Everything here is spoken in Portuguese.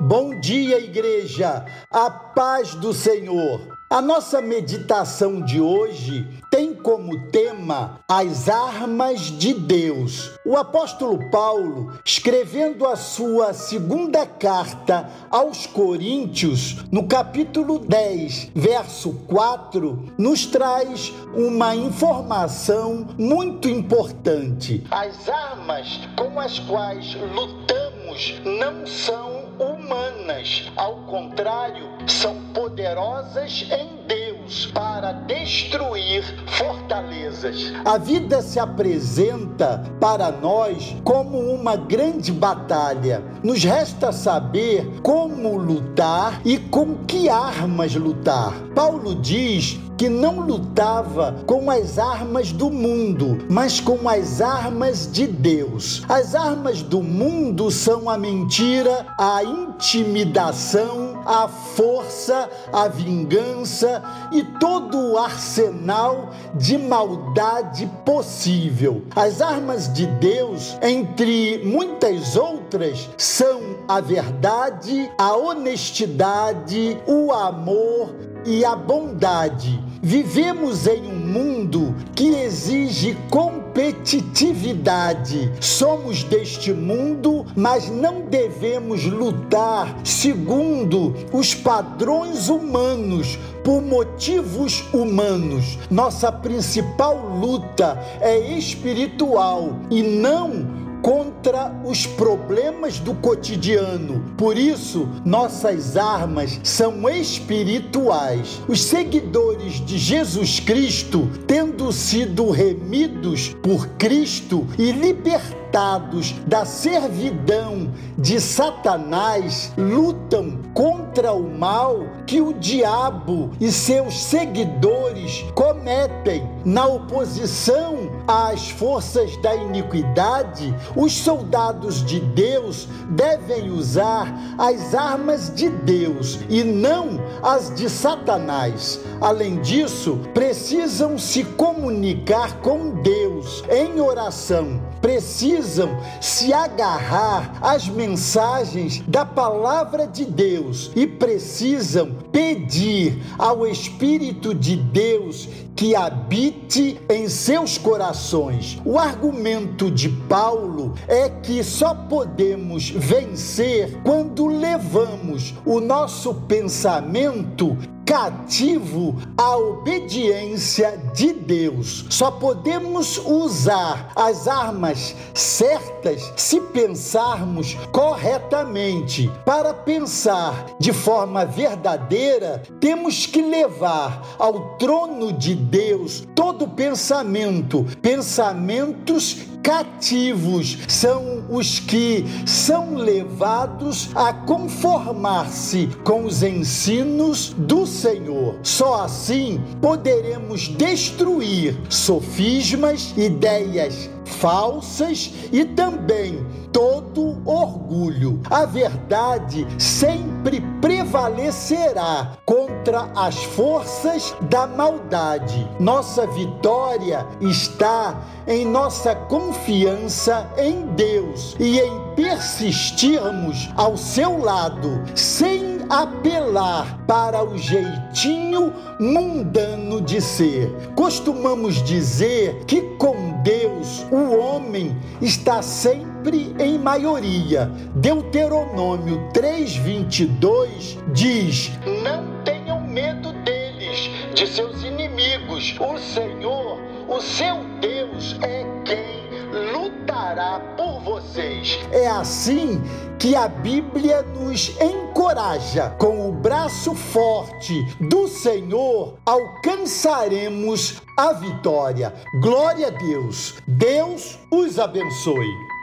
Bom dia, igreja, a paz do Senhor. A nossa meditação de hoje tem como tema as armas de Deus. O apóstolo Paulo, escrevendo a sua segunda carta aos Coríntios, no capítulo 10, verso 4, nos traz uma informação muito importante. As armas com as quais lutamos não são humanas, ao contrário, são poderosas em Deus para destruir fortalezas. A vida se apresenta para nós como uma grande batalha. Nos resta saber como lutar e com que armas lutar. Paulo diz que não lutava com as armas do mundo, mas com as armas de Deus. As armas do mundo são a mentira, a intimidação, a força, a vingança e todo o arsenal de maldade possível. As armas de Deus, entre muitas outras, são a verdade, a honestidade, o amor e a bondade. Vivemos em um mundo que exige competitividade. Somos deste mundo, mas não devemos lutar segundo os padrões humanos, por motivos humanos. Nossa principal luta é espiritual e não contra os problemas do cotidiano. Por isso, nossas armas são espirituais. Os seguidores de Jesus Cristo, tendo sido remidos por Cristo e libertados da servidão de Satanás, lutam contra o mal que o diabo e seus seguidores cometem. Na oposição às forças da iniquidade, os soldados de Deus devem usar as armas de Deus e não as de Satanás. Além disso, precisam se comunicar com Deus em oração. Precisam se agarrar às mensagens da palavra de Deus e precisam pedir ao Espírito de Deus que habite em seus corações. O argumento de Paulo é que só podemos vencer quando levamos o nosso pensamento cativo à obediência de Deus. Só podemos usar as armas certas se pensarmos corretamente. Para pensar de forma verdadeira, temos que levar ao trono de Deus todo pensamento. Pensamentos cativos são os que são levados a conformar-se com os ensinos do Senhor. Só assim poderemos destruir sofismas, ideias falsas e também todo orgulho. A verdade sempre prevalecerá contra as forças da maldade. Nossa vitória está em nossa confiança em Deus e em persistirmos ao seu lado, sem apelar para o jeitinho mundano de ser. Costumamos dizer que com Deus o homem está sempre em maioria. Deuteronômio 3:22 diz: não tenham medo deles, de seus inimigos. O Senhor, o seu Deus, é quem lutará por vocês. É assim que a Bíblia nos encoraja. Com o braço forte do Senhor, alcançaremos a vitória. Glória a Deus. Deus os abençoe.